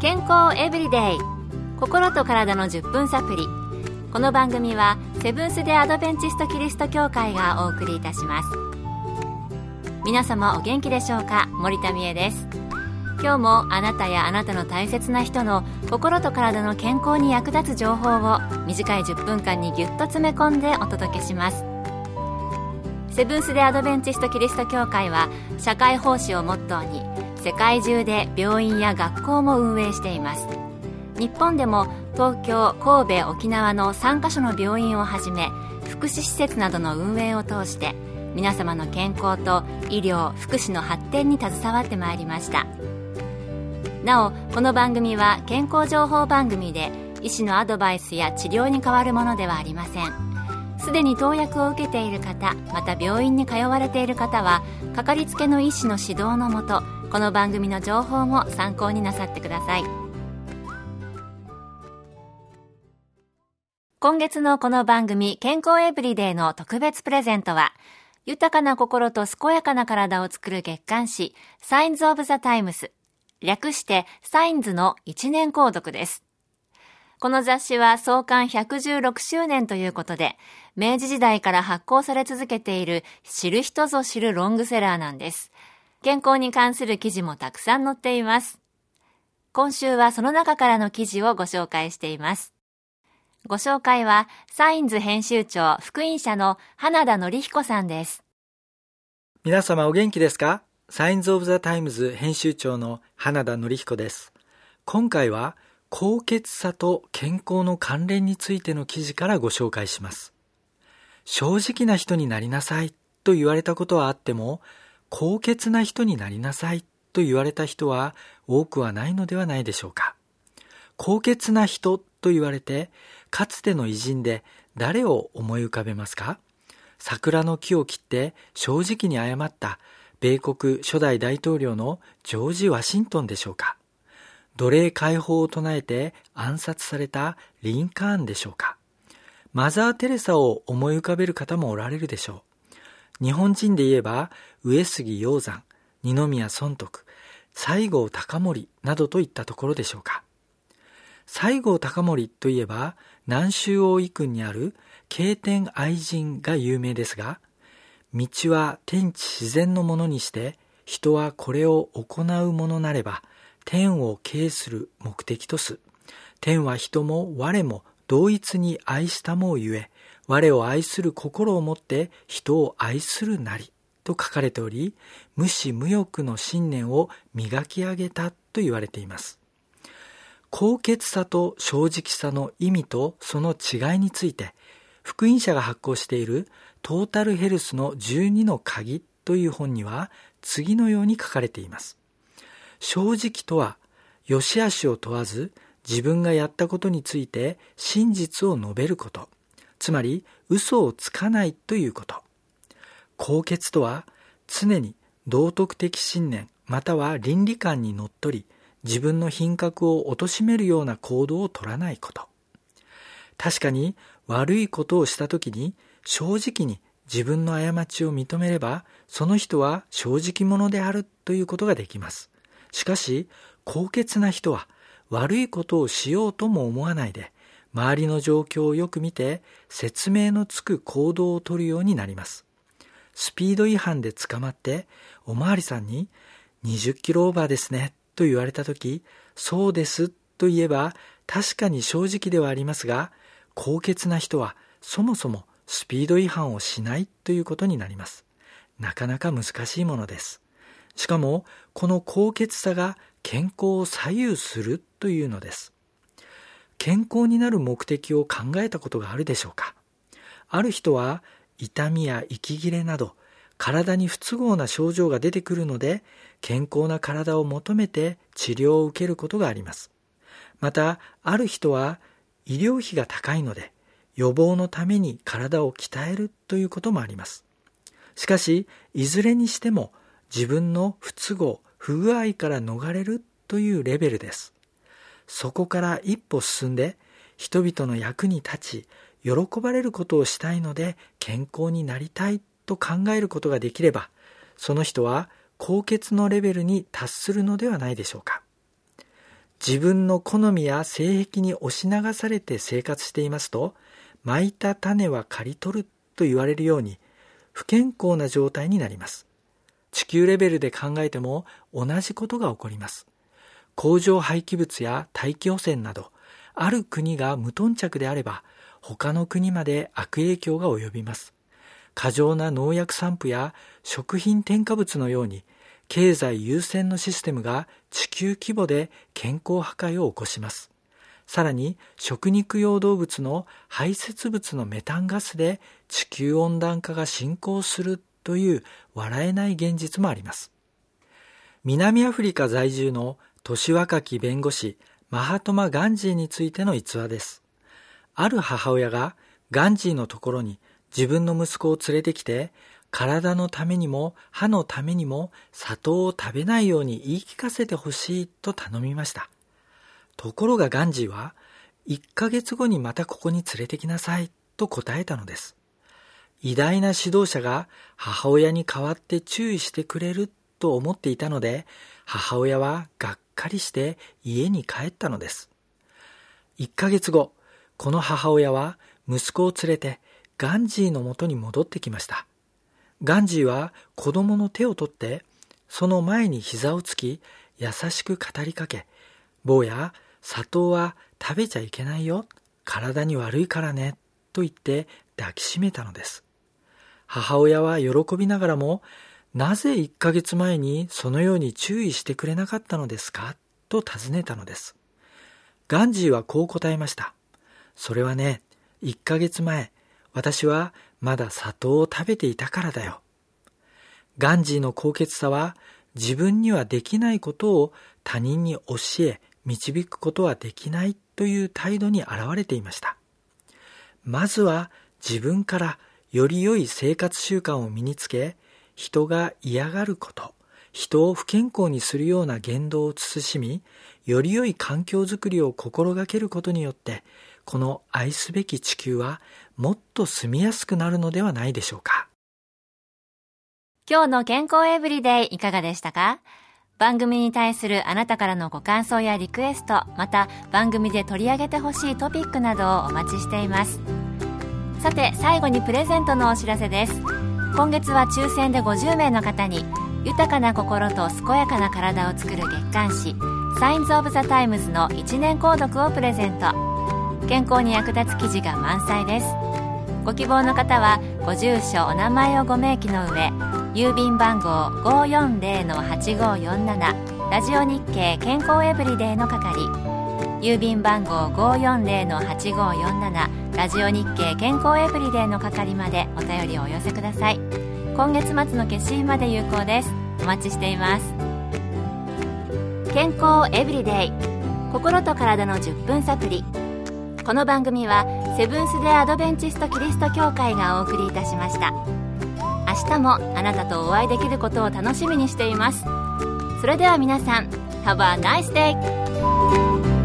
健康エブリデイ、心と体の10分サプリ。この番組はセブンス・デ・アドベンチスト・キリスト教会がお送りいたします。皆様お元気でしょうか。森田美恵です。今日もあなたやあなたの大切な人の心と体の健康に役立つ情報を短い10分間にぎゅっと詰め込んでお届けします。セブンス・デ・アドベンチスト・キリスト教会は社会奉仕をモットーに世界中で病院や学校も運営しています。日本でも東京、神戸、沖縄の3カ所の病院をはじめ福祉施設などの運営を通して皆様の健康と医療・福祉の発展に携わってまいりました。なお、この番組は健康情報番組で医師のアドバイスや治療に代わるものではありません。すでに投薬を受けている方、また病院に通われている方はかかりつけの医師の指導のもと、この番組の情報も参考になさってください。今月のこの番組健康エブリデイの特別プレゼントは、豊かな心と健やかな体を作る月刊誌サインズ・オブ・ザ・タイムス、略してサインズの1年購読です。この雑誌は創刊116周年ということで、明治時代から発行され続けている知る人ぞ知るロングセラーなんです。健康に関する記事もたくさん載っています。今週はその中からの記事をご紹介しています。ご紹介はサインズ編集長副印社の花田紀彦さんです。 皆様お元気ですか。サインズ・オブ・ザ・タイムズ編集長の花田紀彦です。今回は高血さと健康の関連についての記事からご紹介します。正直な人になりなさいと言われたことはあっても、高血な人になりなさいと言われた人は多くはないのではないでしょうか。高血な人と言われて、かつての偉人で誰を思い浮かべますか。桜の木を切って正直に謝った米国初代大統領のジョージ・ワシントンでしょうか。奴隷解放を唱えて暗殺されたリンカーンでしょうか。マザー・テレサを思い浮かべる方もおられるでしょう。日本人で言えば上杉鷹山、二宮尊徳、西郷隆盛などといったところでしょうか。西郷隆盛といえば南州大井郡にある敬天愛人が有名ですが、道は天地自然のものにして人はこれを行うものなれば天を敬する目的とす。天は人も我も同一に愛したもうゆえ、我を愛する心をもって人を愛するなりと書かれており、無私無欲の信念を磨き上げたと言われています。高血さと正直さの意味とその違いについて、福音社が発行しているトータルヘルスの12の鍵という本には次のように書かれています。正直とは、良し悪しを問わず自分がやったことについて真実を述べること、つまり嘘をつかないということ。高血とは、常に道徳的信念または倫理観にのっとり、自分の品格を貶めるような行動を取らないこと。確かに悪いことをしたときに正直に自分の過ちを認めれば、その人は正直者であるということができます。しかし高血な人は悪いことをしようとも思わないで、周りの状況をよく見て説明のつく行動を取るようになります。スピード違反で捕まっておまわりさんに20キロオーバーですねと言われたとき、そうですと言えば確かに正直ではありますが、高血な人はそもそもスピード違反をしないということになります。なかなか難しいものです。しかもこの高血さが健康を左右するというのです。健康になる目的を考えたことがあるでしょうか。ある人は痛みや息切れなど体に不都合な症状が出てくるので、健康な体を求めて治療を受けることがあります。またある人は医療費が高いので予防のために体を鍛えるということもあります。しかしいずれにしても自分の不都合、不具合から逃れるというレベルです。そこから一歩進んで人々の役に立ち、喜ばれることをしたいので健康になりたいと考えることができれば、その人は高血のレベルに達するのではないでしょうか。 自分の好みや性癖に押し流されて生活していますと、蒔いた種は刈り取ると言われるように不健康な状態になります。地球レベルで考えても同じことが起こります。工場廃棄物や大気汚染など、ある国が無頓着であれば他の国まで悪影響が及びます。過剰な農薬散布や食品添加物のように経済優先のシステムが地球規模で健康破壊を起こします。さらに食肉用動物の排泄物のメタンガスで地球温暖化が進行するという笑えない現実もあります。南アフリカ在住の年若き弁護士マハトマ・ガンジーについての逸話です。ある母親がガンジーのところに自分の息子を連れてきて、体のためにも歯のためにも砂糖を食べないように言い聞かせてほしいと頼みました。ところがガンジーは1ヶ月後にまたここに連れてきなさいと答えたのです。偉大な指導者が母親に代わって注意してくれると思っていたので、母親はがっかりして家に帰ったのです。1ヶ月後、この母親は息子を連れてガンジーのもとに戻ってきました。ガンジーは子供の手を取って、その前に膝をつき、優しく語りかけ、坊や、砂糖は食べちゃいけないよ。体に悪いからね。と言って抱きしめたのです。母親は喜びながらも、なぜ1ヶ月前にそのように注意してくれなかったのですかと尋ねたのです。ガンジーはこう答えました。それはね、1ヶ月前、私はまだ砂糖を食べていたからだよ。ガンジーの高潔さは、自分にはできないことを他人に教え、導くことはできないという態度に現れていました。まずは自分からより良い生活習慣を身につけ、人が嫌がること、人を不健康にするような言動を慎み、より良い環境づくりを心がけることによって、この愛すべき地球はもっと住みやすくなるのではないでしょうか。 今日の健康エブリデイいかがでしたか？番組に対するあなたからのご感想やリクエスト、また番組で取り上げてほしいトピックなどをお待ちしています。さて、最後にプレゼントのお知らせです。今月は抽選で50名の方に豊かな心と健やかな体を作る月刊誌サインズ・オブ・ザ・タイムズの1年購読をプレゼント。健康に役立つ記事が満載です。ご希望の方はご住所お名前をご明記の上、郵便番号 540-8547 ラジオ日経健康エブリデイの係、郵便番号 540-8547 ラジオ日経健康エブリデイの係までお便りをお寄せください。今月末の消印まで有効です。お待ちしています。健康エブリデイ、心と体の10分サプリ。この番組はセブンス・デ・アドベンチスト・キリスト教会がお送りいたしました。明日もあなたとお会いできることを楽しみにしています。それでは皆さん、Have a nice day!